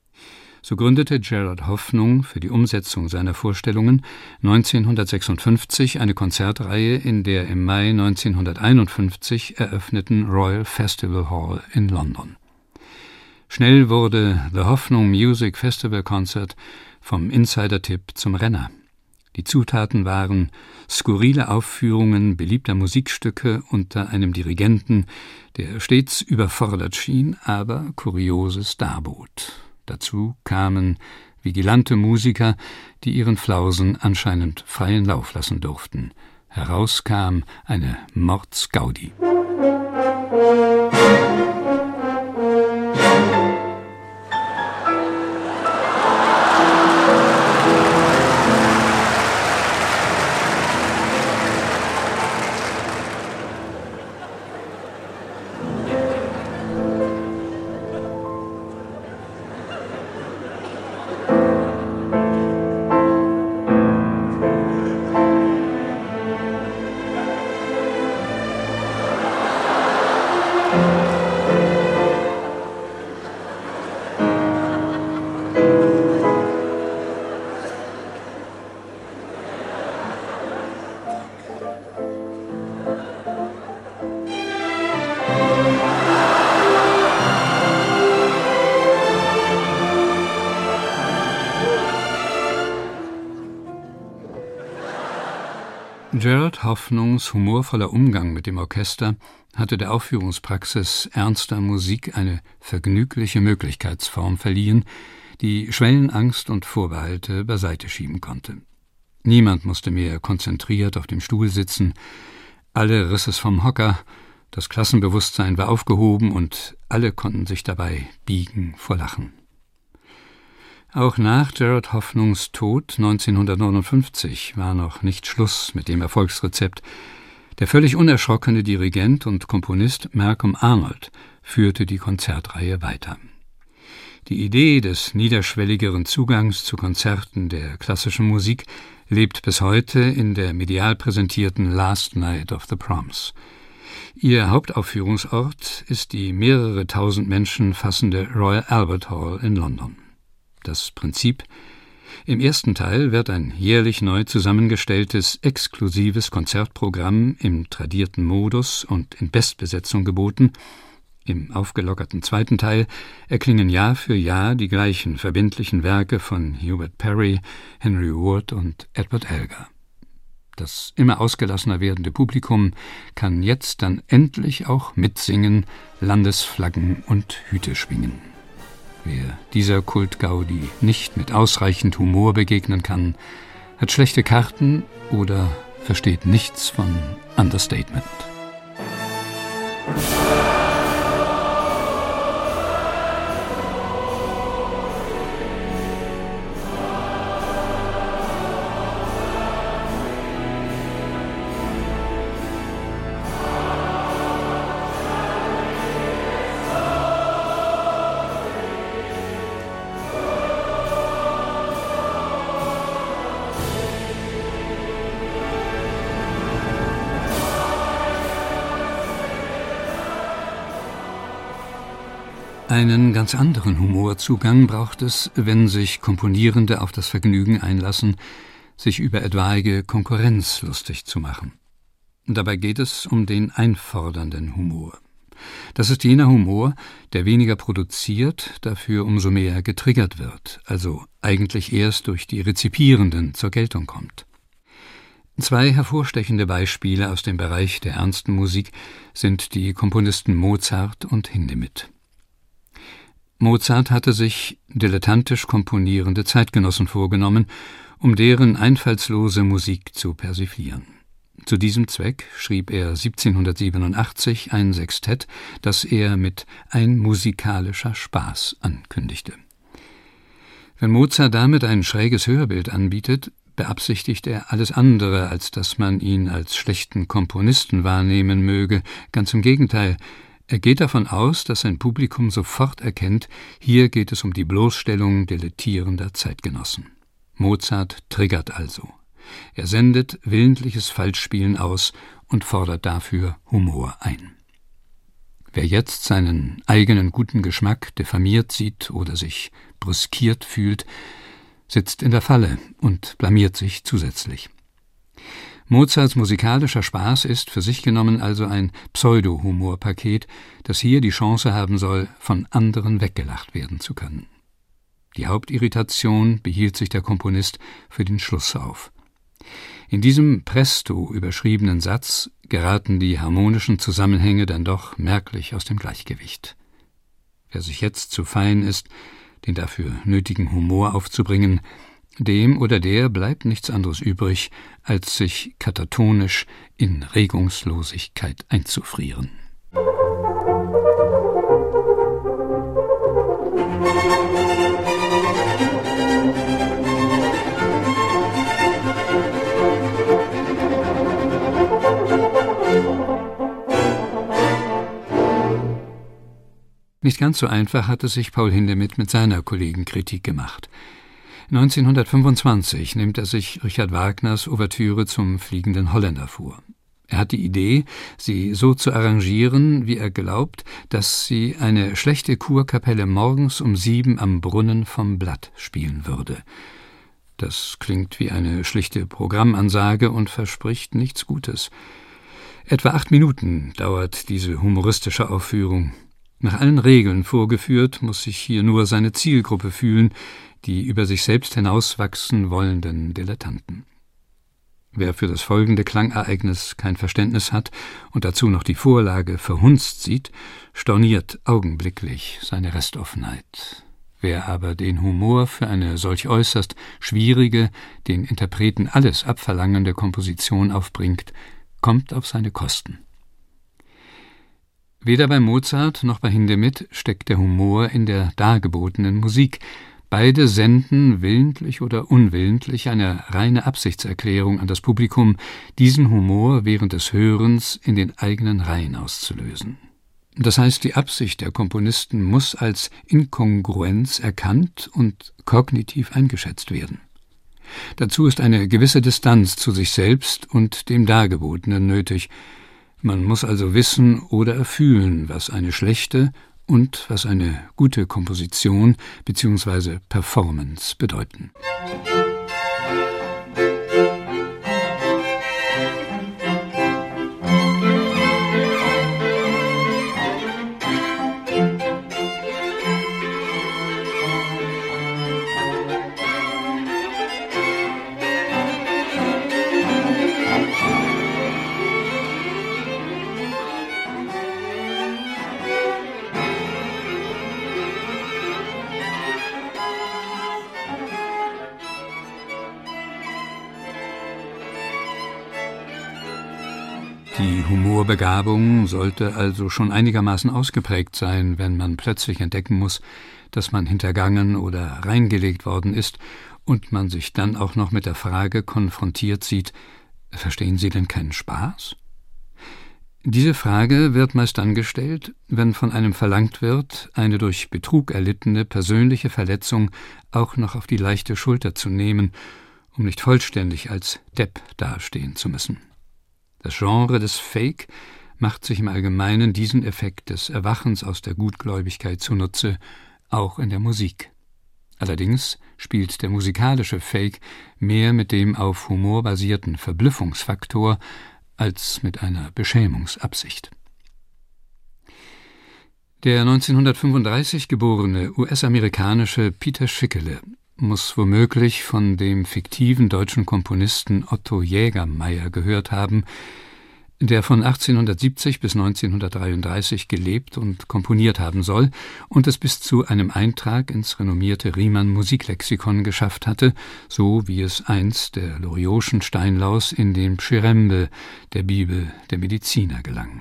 So gründete Gerard Hoffnung für die Umsetzung seiner Vorstellungen neunzehnhundertsechsundfünfzig eine Konzertreihe in der im Mai neunzehnhunderteinundfünfzig eröffneten Royal Festival Hall in London. Schnell wurde The Hoffnung Music Festival Concert vom Insider-Tipp zum Renner. Die Zutaten waren skurrile Aufführungen beliebter Musikstücke unter einem Dirigenten, der stets überfordert schien, aber Kurioses darbot. Dazu kamen vigilante Musiker, die ihren Flausen anscheinend freien Lauf lassen durften. Heraus kam eine Mordsgaudi. Gerald Hoffnungs humorvoller Umgang mit dem Orchester hatte der Aufführungspraxis ernster Musik eine vergnügliche Möglichkeitsform verliehen, die Schwellenangst und Vorbehalte beiseite schieben konnte. Niemand musste mehr konzentriert auf dem Stuhl sitzen, alle riss es vom Hocker, das Klassenbewusstsein war aufgehoben und alle konnten sich dabei biegen vor Lachen. Auch nach Gerald Hoffnungs Tod neunzehnhundertneunundfünfzig war noch nicht Schluss mit dem Erfolgsrezept. Der völlig unerschrockene Dirigent und Komponist Malcolm Arnold führte die Konzertreihe weiter. Die Idee des niederschwelligeren Zugangs zu Konzerten der klassischen Musik lebt bis heute in der medial präsentierten Last Night of the Proms. Ihr Hauptaufführungsort ist die mehrere tausend Menschen fassende Royal Albert Hall in London. Das Prinzip: Im ersten Teil wird ein jährlich neu zusammengestelltes, exklusives Konzertprogramm im tradierten Modus und in Bestbesetzung geboten. Im aufgelockerten zweiten Teil erklingen Jahr für Jahr die gleichen verbindlichen Werke von Hubert Parry, Henry Ward und Edward Elgar. Das immer ausgelassener werdende Publikum kann jetzt dann endlich auch mitsingen, Landesflaggen und Hüte schwingen. Wer dieser Kultgaudi nicht mit ausreichend Humor begegnen kann, hat schlechte Karten oder versteht nichts von Understatement. Einen ganz anderen Humorzugang braucht es, wenn sich Komponierende auf das Vergnügen einlassen, sich über etwaige Konkurrenz lustig zu machen. Dabei geht es um den einfordernden Humor. Das ist jener Humor, der weniger produziert, dafür umso mehr getriggert wird, also eigentlich erst durch die Rezipierenden zur Geltung kommt. Zwei hervorstechende Beispiele aus dem Bereich der ernsten Musik sind die Komponisten Mozart und Hindemith. Mozart hatte sich dilettantisch komponierende Zeitgenossen vorgenommen, um deren einfallslose Musik zu persiflieren. Zu diesem Zweck schrieb er siebzehnhundertsiebenundachtzig ein Sextett, das er mit »ein musikalischer Spaß« ankündigte. Wenn Mozart damit ein schräges Hörbild anbietet, beabsichtigt er alles andere, als dass man ihn als schlechten Komponisten wahrnehmen möge. Ganz im Gegenteil, er geht davon aus, dass sein Publikum sofort erkennt, hier geht es um die Bloßstellung dilettierender Zeitgenossen. Mozart triggert also. Er sendet willentliches Falschspielen aus und fordert dafür Humor ein. Wer jetzt seinen eigenen guten Geschmack diffamiert sieht oder sich brüskiert fühlt, sitzt in der Falle und blamiert sich zusätzlich. Mozarts musikalischer Spaß ist für sich genommen also ein Pseudo-Humorpaket, das hier die Chance haben soll, von anderen weggelacht werden zu können. Die Hauptirritation behielt sich der Komponist für den Schluss auf. In diesem presto überschriebenen Satz geraten die harmonischen Zusammenhänge dann doch merklich aus dem Gleichgewicht. Wer sich jetzt zu fein ist, den dafür nötigen Humor aufzubringen, dem oder der bleibt nichts anderes übrig, als sich katatonisch in Regungslosigkeit einzufrieren. Nicht ganz so einfach hatte sich Paul Hindemith mit seiner Kollegenkritik gemacht. neunzehnhundertfünfundzwanzig nimmt er sich Richard Wagners Ouvertüre zum Fliegenden Holländer vor. Er hat die Idee, sie so zu arrangieren, wie er glaubt, dass sie eine schlechte Kurkapelle morgens um sieben am Brunnen vom Blatt spielen würde. Das klingt wie eine schlichte Programmansage und verspricht nichts Gutes. Etwa acht Minuten dauert diese humoristische Aufführung. Nach allen Regeln vorgeführt, muss sich hier nur seine Zielgruppe fühlen, die über sich selbst hinauswachsen wollenden Dilettanten. Wer für das folgende Klangereignis kein Verständnis hat und dazu noch die Vorlage verhunzt sieht, storniert augenblicklich seine Restoffenheit. Wer aber den Humor für eine solch äußerst schwierige, den Interpreten alles abverlangende Komposition aufbringt, kommt auf seine Kosten. Weder bei Mozart noch bei Hindemith steckt der Humor in der dargebotenen Musik. Beide senden, willentlich oder unwillentlich, eine reine Absichtserklärung an das Publikum, diesen Humor während des Hörens in den eigenen Reihen auszulösen. Das heißt, die Absicht der Komponisten muss als Inkongruenz erkannt und kognitiv eingeschätzt werden. Dazu ist eine gewisse Distanz zu sich selbst und dem Dargebotenen nötig. Man muss also wissen oder erfühlen, was eine schlechte und was eine gute Komposition bzw. Performance bedeuten. Die Humorbegabung sollte also schon einigermaßen ausgeprägt sein, wenn man plötzlich entdecken muss, dass man hintergangen oder reingelegt worden ist und man sich dann auch noch mit der Frage konfrontiert sieht: Verstehen Sie denn keinen Spaß? Diese Frage wird meist dann gestellt, wenn von einem verlangt wird, eine durch Betrug erlittene persönliche Verletzung auch noch auf die leichte Schulter zu nehmen, um nicht vollständig als Depp dastehen zu müssen. Das Genre des Fake macht sich im Allgemeinen diesen Effekt des Erwachens aus der Gutgläubigkeit zunutze, auch in der Musik. Allerdings spielt der musikalische Fake mehr mit dem auf Humor basierten Verblüffungsfaktor als mit einer Beschämungsabsicht. Der neunzehnhundertfünfunddreißig geborene U S-amerikanische Peter Schickele muss womöglich von dem fiktiven deutschen Komponisten Otto Jägermeier gehört haben, der von achtzehnhundertsiebzig bis neunzehnhundertdreiunddreißig gelebt und komponiert haben soll und es bis zu einem Eintrag ins renommierte Riemann Musiklexikon geschafft hatte, so wie es einst der Loriotschen Steinlaus in dem Pschyrembel, der Bibel der Mediziner, gelang.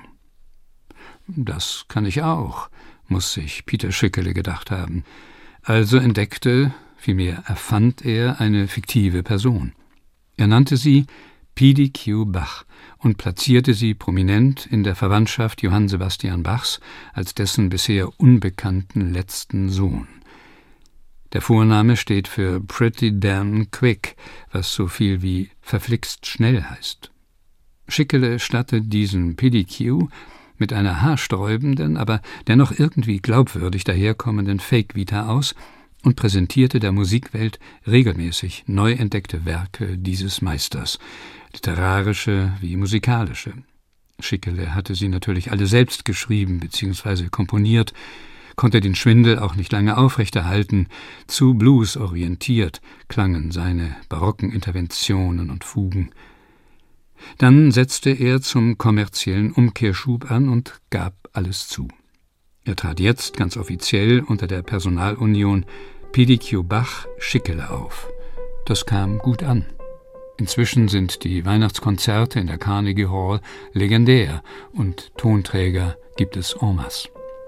Das kann ich auch, muss sich Peter Schickele gedacht haben. Also entdeckte, vielmehr erfand er eine fiktive Person. Er nannte sie P D Q Bach und platzierte sie prominent in der Verwandtschaft Johann Sebastian Bachs als dessen bisher unbekannten letzten Sohn. Der Vorname steht für Pretty Damn Quick, was so viel wie verflixt schnell heißt. Schickele stattet diesen P D Q mit einer haarsträubenden, aber dennoch irgendwie glaubwürdig daherkommenden Fake-Vita aus und präsentierte der Musikwelt regelmäßig neu entdeckte Werke dieses Meisters, literarische wie musikalische. Schickele hatte sie natürlich alle selbst geschrieben bzw. komponiert, konnte den Schwindel auch nicht lange aufrechterhalten, zu bluesorientiert klangen seine barocken Interventionen und Fugen. Dann setzte er zum kommerziellen Umkehrschub an und gab alles zu. Er trat jetzt ganz offiziell unter der Personalunion P D Q Bach Schickele auf. Das kam gut an. Inzwischen sind die Weihnachtskonzerte in der Carnegie Hall legendär und Tonträger gibt es en masse.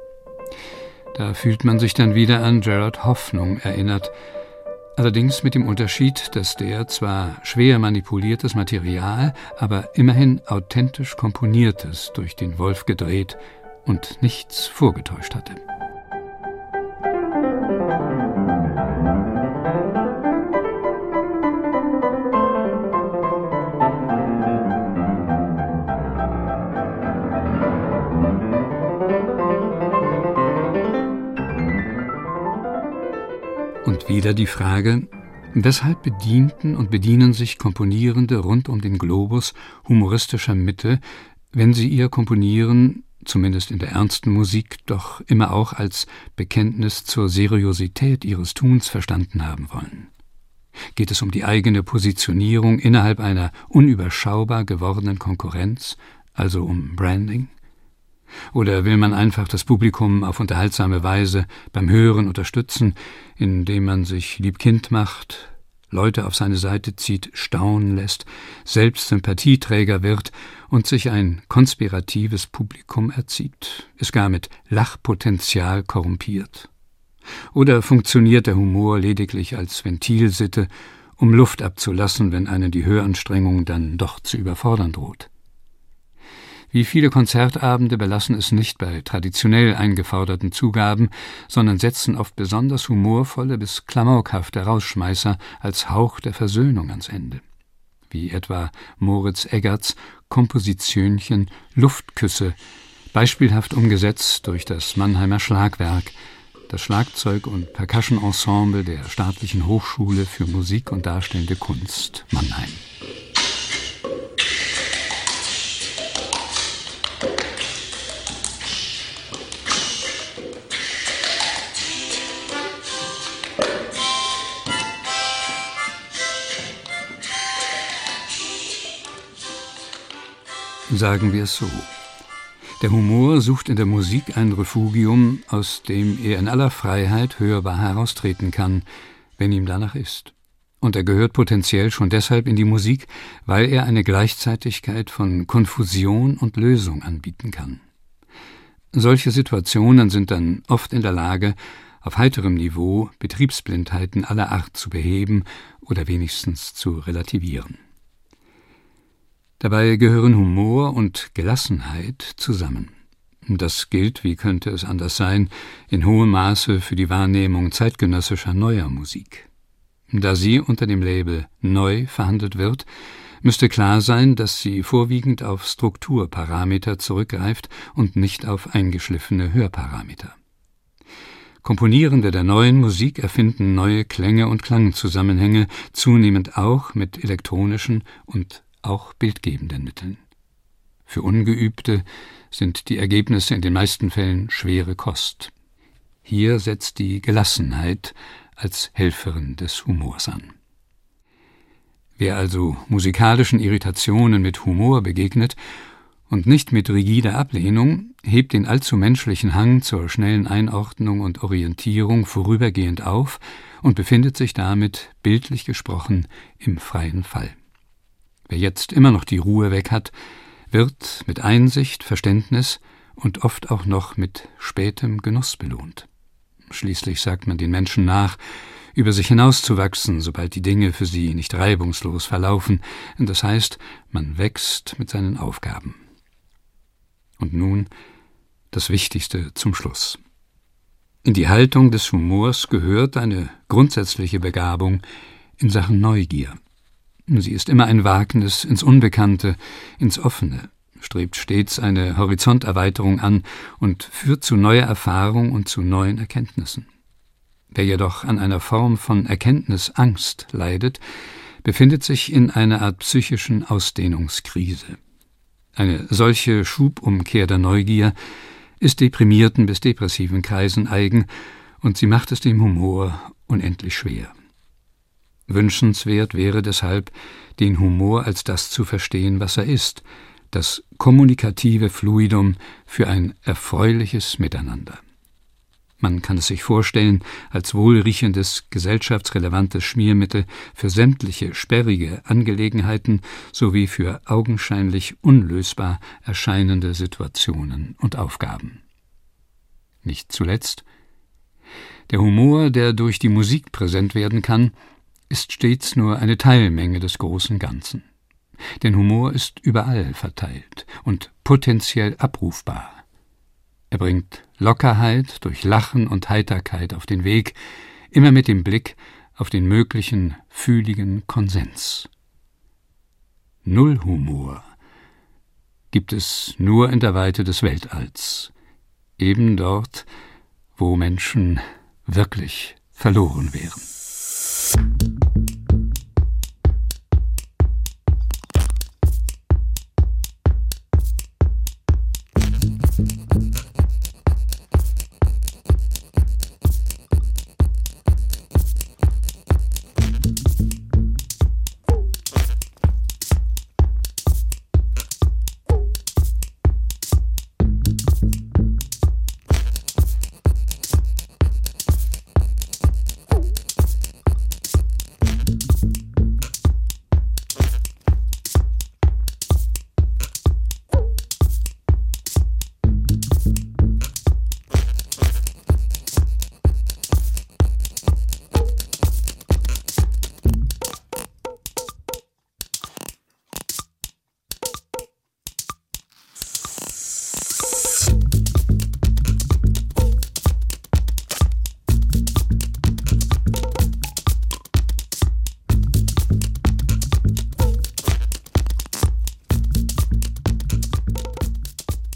Da fühlt man sich dann wieder an Gerard Hoffnung erinnert, allerdings mit dem Unterschied, dass der zwar schwer manipuliertes Material, aber immerhin authentisch komponiertes durch den Wolf gedreht und nichts vorgetäuscht hatte. Und wieder die Frage, weshalb bedienten und bedienen sich Komponierende rund um den Globus humoristischer Mittel, wenn sie ihr Komponieren, zumindest in der ernsten Musik, doch immer auch als Bekenntnis zur Seriosität ihres Tuns verstanden haben wollen. Geht es um die eigene Positionierung innerhalb einer unüberschaubar gewordenen Konkurrenz, also um Branding? Oder will man einfach das Publikum auf unterhaltsame Weise beim Hören unterstützen, indem man sich liebkind macht, Leute auf seine Seite zieht, staunen lässt, selbst Sympathieträger wird und sich ein konspiratives Publikum erzieht, es gar mit Lachpotenzial korrumpiert? Oder funktioniert der Humor lediglich als Ventilsitte, um Luft abzulassen, wenn einen die Höranstrengung dann doch zu überfordern droht? Wie viele Konzertabende belassen es nicht bei traditionell eingeforderten Zugaben, sondern setzen oft besonders humorvolle bis klamaukhafte Rausschmeißer als Hauch der Versöhnung ans Ende. Wie etwa Moritz Eggerts Kompositionchen Luftküsse, beispielhaft umgesetzt durch das Mannheimer Schlagwerk, das Schlagzeug- und Percussion-Ensemble der Staatlichen Hochschule für Musik und Darstellende Kunst Mannheim. Sagen wir es so. Der Humor sucht in der Musik ein Refugium, aus dem er in aller Freiheit hörbar heraustreten kann, wenn ihm danach ist. Und er gehört potenziell schon deshalb in die Musik, weil er eine Gleichzeitigkeit von Konfusion und Lösung anbieten kann. Solche Situationen sind dann oft in der Lage, auf heiterem Niveau Betriebsblindheiten aller Art zu beheben oder wenigstens zu relativieren. Dabei gehören Humor und Gelassenheit zusammen. Das gilt, wie könnte es anders sein, in hohem Maße für die Wahrnehmung zeitgenössischer neuer Musik. Da sie unter dem Label neu verhandelt wird, müsste klar sein, dass sie vorwiegend auf Strukturparameter zurückgreift und nicht auf eingeschliffene Hörparameter. Komponierende der neuen Musik erfinden neue Klänge und Klangzusammenhänge, zunehmend auch mit elektronischen und auch bildgebenden Mitteln. Für Ungeübte sind die Ergebnisse in den meisten Fällen schwere Kost. Hier setzt die Gelassenheit als Helferin des Humors an. Wer also musikalischen Irritationen mit Humor begegnet und nicht mit rigider Ablehnung, hebt den allzu menschlichen Hang zur schnellen Einordnung und Orientierung vorübergehend auf und befindet sich damit, bildlich gesprochen, im freien Fall. Wer jetzt immer noch die Ruhe weg hat, wird mit Einsicht, Verständnis und oft auch noch mit spätem Genuss belohnt. Schließlich sagt man den Menschen nach, über sich hinauszuwachsen, sobald die Dinge für sie nicht reibungslos verlaufen. Das heißt, man wächst mit seinen Aufgaben. Und nun das Wichtigste zum Schluss. In die Haltung des Humors gehört eine grundsätzliche Begabung in Sachen Neugier. Sie ist immer ein Wagnis ins Unbekannte, ins Offene, strebt stets eine Horizonterweiterung an und führt zu neuer Erfahrung und zu neuen Erkenntnissen. Wer jedoch an einer Form von Erkenntnisangst leidet, befindet sich in einer Art psychischen Ausdehnungskrise. Eine solche Schubumkehr der Neugier ist deprimierten bis depressiven Kreisen eigen und sie macht es dem Humor unendlich schwer. Wünschenswert wäre deshalb, den Humor als das zu verstehen, was er ist, das kommunikative Fluidum für ein erfreuliches Miteinander. Man kann es sich vorstellen als wohlriechendes, gesellschaftsrelevantes Schmiermittel für sämtliche sperrige Angelegenheiten sowie für augenscheinlich unlösbar erscheinende Situationen und Aufgaben. Nicht zuletzt: Der Humor, der durch die Musik präsent werden kann, ist stets nur eine Teilmenge des großen Ganzen. Denn Humor ist überall verteilt und potenziell abrufbar. Er bringt Lockerheit durch Lachen und Heiterkeit auf den Weg, immer mit dem Blick auf den möglichen fühligen Konsens. Nullhumor gibt es nur in der Weite des Weltalls, eben dort, wo Menschen wirklich verloren wären.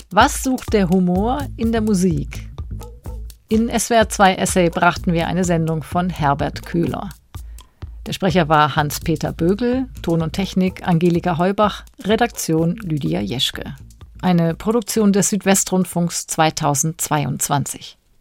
Was sucht der Humor in der Musik? In S W R zwei Essay brachten wir eine Sendung von Herbert Köhler. Der Sprecher war Hans-Peter Bögel, Ton und Technik Angelika Heubach, Redaktion Lydia Jeschke. Eine Produktion des Südwestrundfunks zweitausendzweiundzwanzig.